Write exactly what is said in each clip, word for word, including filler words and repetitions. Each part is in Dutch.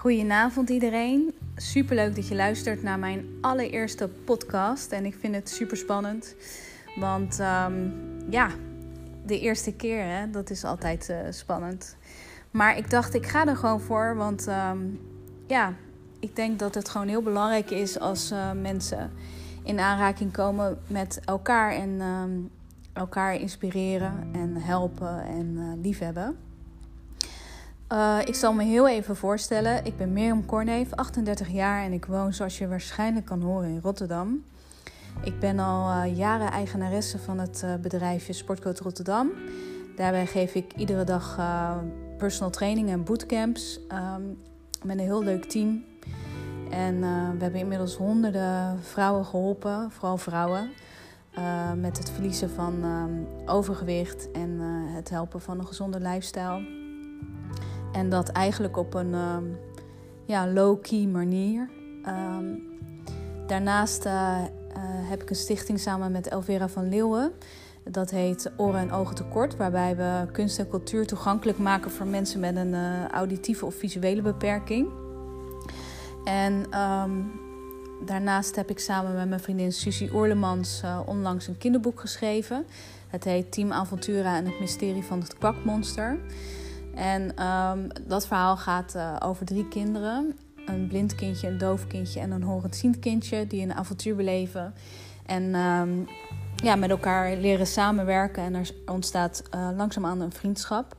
Goedenavond iedereen. Superleuk dat je luistert naar mijn allereerste podcast. En ik vind het super spannend. Want um, ja, de eerste keer, hè, dat is altijd uh, spannend. Maar ik dacht, ik ga er gewoon voor. Want um, ja, ik denk dat het gewoon heel belangrijk is als uh, mensen in aanraking komen met elkaar. En um, elkaar inspireren en helpen en uh, liefhebben. Uh, ik zal me heel even voorstellen. Ik ben Mirjam Korneef, achtendertig jaar en ik woon, zoals je waarschijnlijk kan horen, in Rotterdam. Ik ben al uh, jaren eigenaresse van het uh, bedrijfje Sportcoach Rotterdam. Daarbij geef ik iedere dag uh, personal training en bootcamps um, met een heel leuk team. En uh, we hebben inmiddels honderden vrouwen geholpen, vooral vrouwen, uh, met het verliezen van uh, overgewicht en uh, het helpen van een gezonde lifestyle. En dat eigenlijk op een um, ja, low-key manier. Um, daarnaast uh, uh, heb ik een stichting samen met Elvera van Leeuwen. Dat heet Oren en Ogen Tekort. Waarbij we kunst en cultuur toegankelijk maken voor mensen met een uh, auditieve of visuele beperking. En um, daarnaast heb ik samen met mijn vriendin Susie Oerlemans uh, onlangs een kinderboek geschreven. Het heet Team Aventura en het mysterie van het kwakmonster. En um, dat verhaal gaat uh, over drie kinderen. Een blind kindje, een doof kindje en een horendziend kindje die een avontuur beleven. En um, ja, met elkaar leren samenwerken en er ontstaat uh, langzaamaan een vriendschap.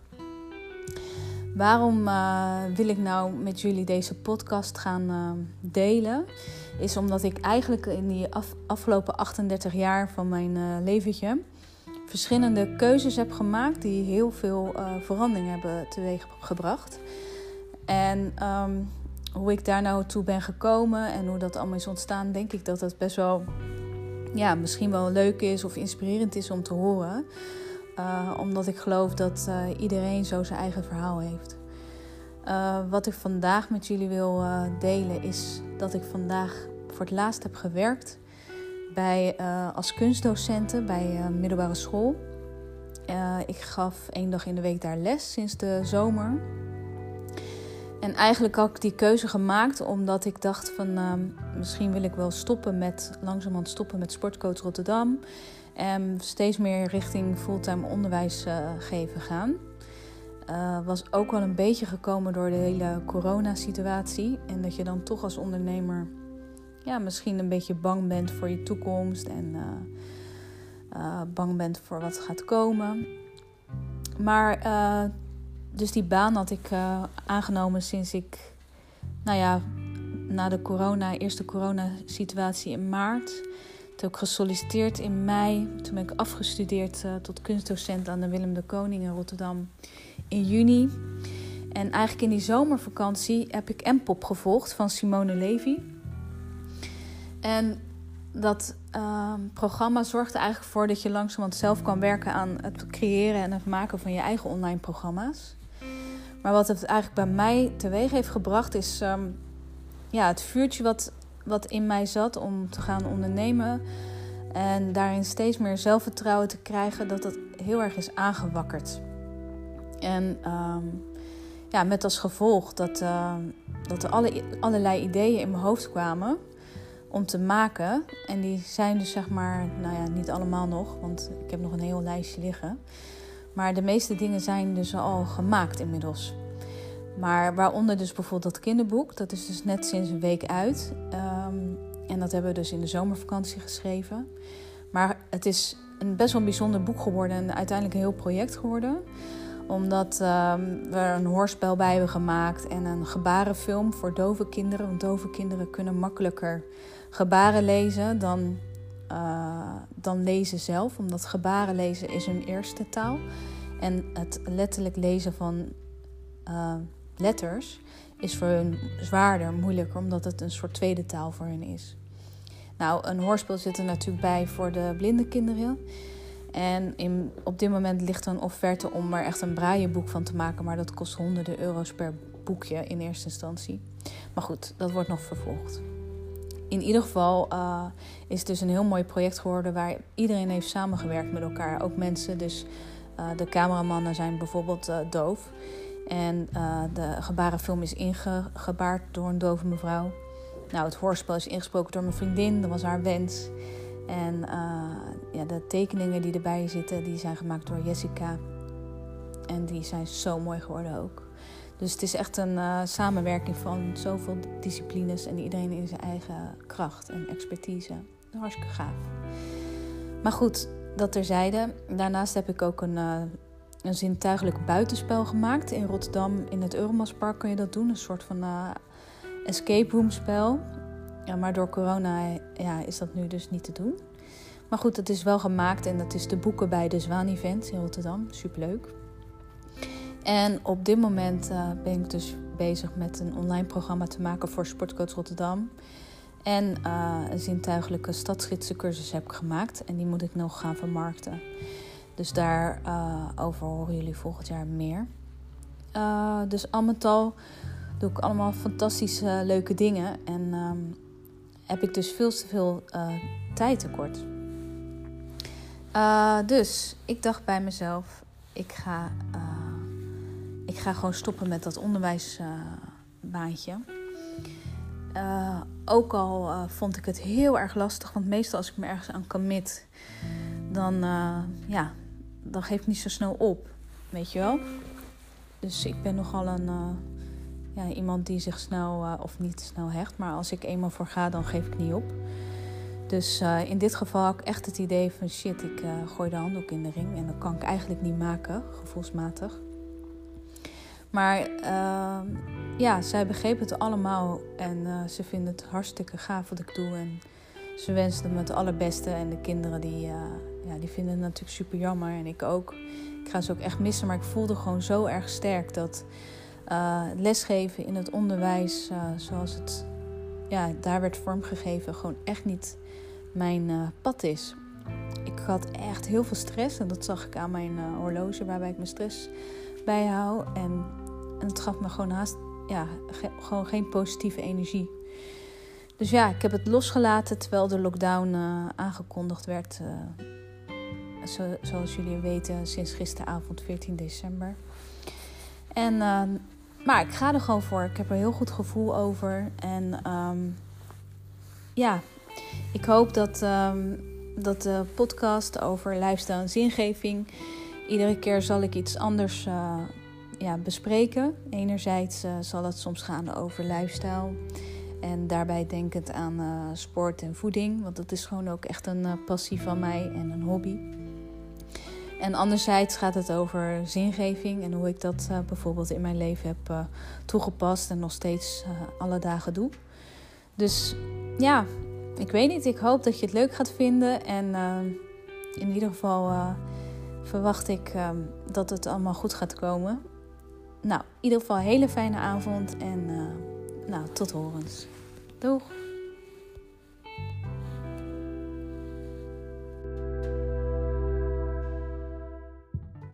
Waarom uh, wil ik nou met jullie deze podcast gaan uh, delen? Is omdat ik eigenlijk in die af, afgelopen achtendertig jaar van mijn uh, leventje verschillende keuzes heb gemaakt die heel veel uh, verandering hebben teweeggebracht. En um, hoe ik daar nou toe ben gekomen en hoe dat allemaal is ontstaan, denk ik dat het best wel, ja, misschien wel leuk is of inspirerend is om te horen. Uh, omdat ik geloof dat uh, iedereen zo zijn eigen verhaal heeft. Uh, wat ik vandaag met jullie wil uh, delen is dat ik vandaag voor het laatst heb gewerkt bij, uh, als kunstdocente bij uh, middelbare school. Uh, ik gaf één dag in de week daar les sinds de zomer. En eigenlijk had ik die keuze gemaakt omdat ik dacht van uh, misschien wil ik wel stoppen met, langzamerhand stoppen met Sportcoach Rotterdam. En steeds meer richting fulltime onderwijs uh, geven gaan. Uh, was ook wel een beetje gekomen door de hele coronasituatie. En dat je dan toch als ondernemer ja, misschien een beetje bang bent voor je toekomst. En uh, uh, bang bent voor wat gaat komen. Maar uh, dus die baan had ik uh, aangenomen sinds ik, nou ja, na de corona, eerste coronasituatie in maart. Toen heb ik gesolliciteerd in mei. Toen ben ik afgestudeerd uh, tot kunstdocent aan de Willem de Koning in Rotterdam in juni. En eigenlijk in die zomervakantie heb ik M-pop gevolgd van Simone Levy. En dat uh, programma zorgde eigenlijk voor dat je langzamerhand zelf kan werken aan het creëren en het maken van je eigen online programma's. Maar wat het eigenlijk bij mij teweeg heeft gebracht is um, ja, het vuurtje wat, wat in mij zat om te gaan ondernemen. En daarin steeds meer zelfvertrouwen te krijgen dat het heel erg is aangewakkerd. En um, ja, met als gevolg dat, uh, dat er alle, allerlei ideeën in mijn hoofd kwamen om te maken. En die zijn dus zeg maar, nou ja, niet allemaal nog, want ik heb nog een heel lijstje liggen. Maar de meeste dingen zijn dus al gemaakt inmiddels. Maar waaronder dus bijvoorbeeld dat kinderboek. Dat is dus net sinds een week uit. Um, en dat hebben we dus in de zomervakantie geschreven. Maar het is een best wel een bijzonder boek geworden. En uiteindelijk een heel project geworden. Omdat um, we er een hoorspel bij hebben gemaakt. En een gebarenfilm voor dove kinderen. Want dove kinderen kunnen makkelijker gebaren lezen dan, uh, dan lezen zelf. Omdat gebaren lezen is hun eerste taal. En het letterlijk lezen van uh, letters is voor hun zwaarder, moeilijker. Omdat het een soort tweede taal voor hen is. Nou, een hoorspel zit er natuurlijk bij voor de blinde kinderen. En in, op dit moment ligt er een offerte om er echt een brailleboek van te maken. Maar dat kost honderden euro's per boekje in eerste instantie. Maar goed, dat wordt nog vervolgd. In ieder geval uh, is het dus een heel mooi project geworden waar iedereen heeft samengewerkt met elkaar. Ook mensen, dus uh, de cameramannen zijn bijvoorbeeld uh, doof. En uh, de gebarenfilm is ingebaard door een dove mevrouw. Nou, het hoorspel is ingesproken door mijn vriendin. Dat was haar wens. En uh, ja, de tekeningen die erbij zitten, die zijn gemaakt door Jessica. En die zijn zo mooi geworden ook. Dus het is echt een uh, samenwerking van zoveel disciplines en iedereen in zijn eigen kracht en expertise. Hartstikke gaaf. Maar goed, dat terzijde. Daarnaast heb ik ook een, uh, een zintuigelijk buitenspel gemaakt. In Rotterdam, in het Euromastpark kun je dat doen. Een soort van uh, escape room spel. Ja, maar door corona ja, is dat nu dus niet te doen. Maar goed, het is wel gemaakt en dat is te boeken bij de Zwaan Event in Rotterdam. Superleuk. En op dit moment uh, ben ik dus bezig met een online programma te maken voor Sportcoach Rotterdam. En uh, een zintuigelijke stadsgidsencursus heb ik gemaakt. En die moet ik nog gaan vermarkten. Dus daarover uh, horen jullie volgend jaar meer. Uh, dus al met al doe ik allemaal fantastische uh, leuke dingen. En um, heb ik dus veel te veel uh, tijd tekort. Uh, dus ik dacht bij mezelf, ik ga... Uh, Ik ga gewoon stoppen met dat onderwijsbaantje. Uh, uh, ook al uh, vond ik het heel erg lastig. Want meestal als ik me ergens aan commit, dan, uh, ja, dan geef ik niet zo snel op. Weet je wel? Dus ik ben nogal een, uh, ja, iemand die zich snel, uh, of niet snel hecht. Maar als ik eenmaal voor ga, dan geef ik niet op. Dus uh, in dit geval had ik echt het idee van shit, ik uh, gooi de handdoek in de ring. En dat kan ik eigenlijk niet maken, gevoelsmatig. Maar uh, ja, zij begrepen het allemaal en uh, ze vinden het hartstikke gaaf wat ik doe. En ze wensen me het allerbeste. En de kinderen die, uh, ja, die vinden het natuurlijk super jammer en ik ook. Ik ga ze ook echt missen, maar ik voelde gewoon zo erg sterk dat uh, lesgeven in het onderwijs, uh, zoals het ja, daar werd vormgegeven, gewoon echt niet mijn uh, pad is. Ik had echt heel veel stress en dat zag ik aan mijn uh, horloge waarbij ik mijn stress bijhoud. En, en het gaf me gewoon haast, ja, ge, gewoon geen positieve energie. Dus ja, ik heb het losgelaten terwijl de lockdown uh, aangekondigd werd. Uh, zo, zoals jullie weten, sinds gisteravond veertien december. En, uh, maar ik ga er gewoon voor. Ik heb er een heel goed gevoel over. En um, ja, ik hoop dat, um, dat de podcast over lifestyle en zingeving... Iedere keer zal ik iets anders uh, ja, bespreken. Enerzijds uh, zal het soms gaan over lifestyle. En daarbij denkend aan uh, sport en voeding. Want dat is gewoon ook echt een uh, passie van mij en een hobby. En anderzijds gaat het over zingeving. En hoe ik dat uh, bijvoorbeeld in mijn leven heb uh, toegepast. En nog steeds uh, alle dagen doe. Dus ja, ik weet niet. Ik hoop dat je het leuk gaat vinden. En uh, in ieder geval... Uh, verwacht ik um, dat het allemaal goed gaat komen. Nou, in ieder geval een hele fijne avond en uh, nou, tot horens. Doeg!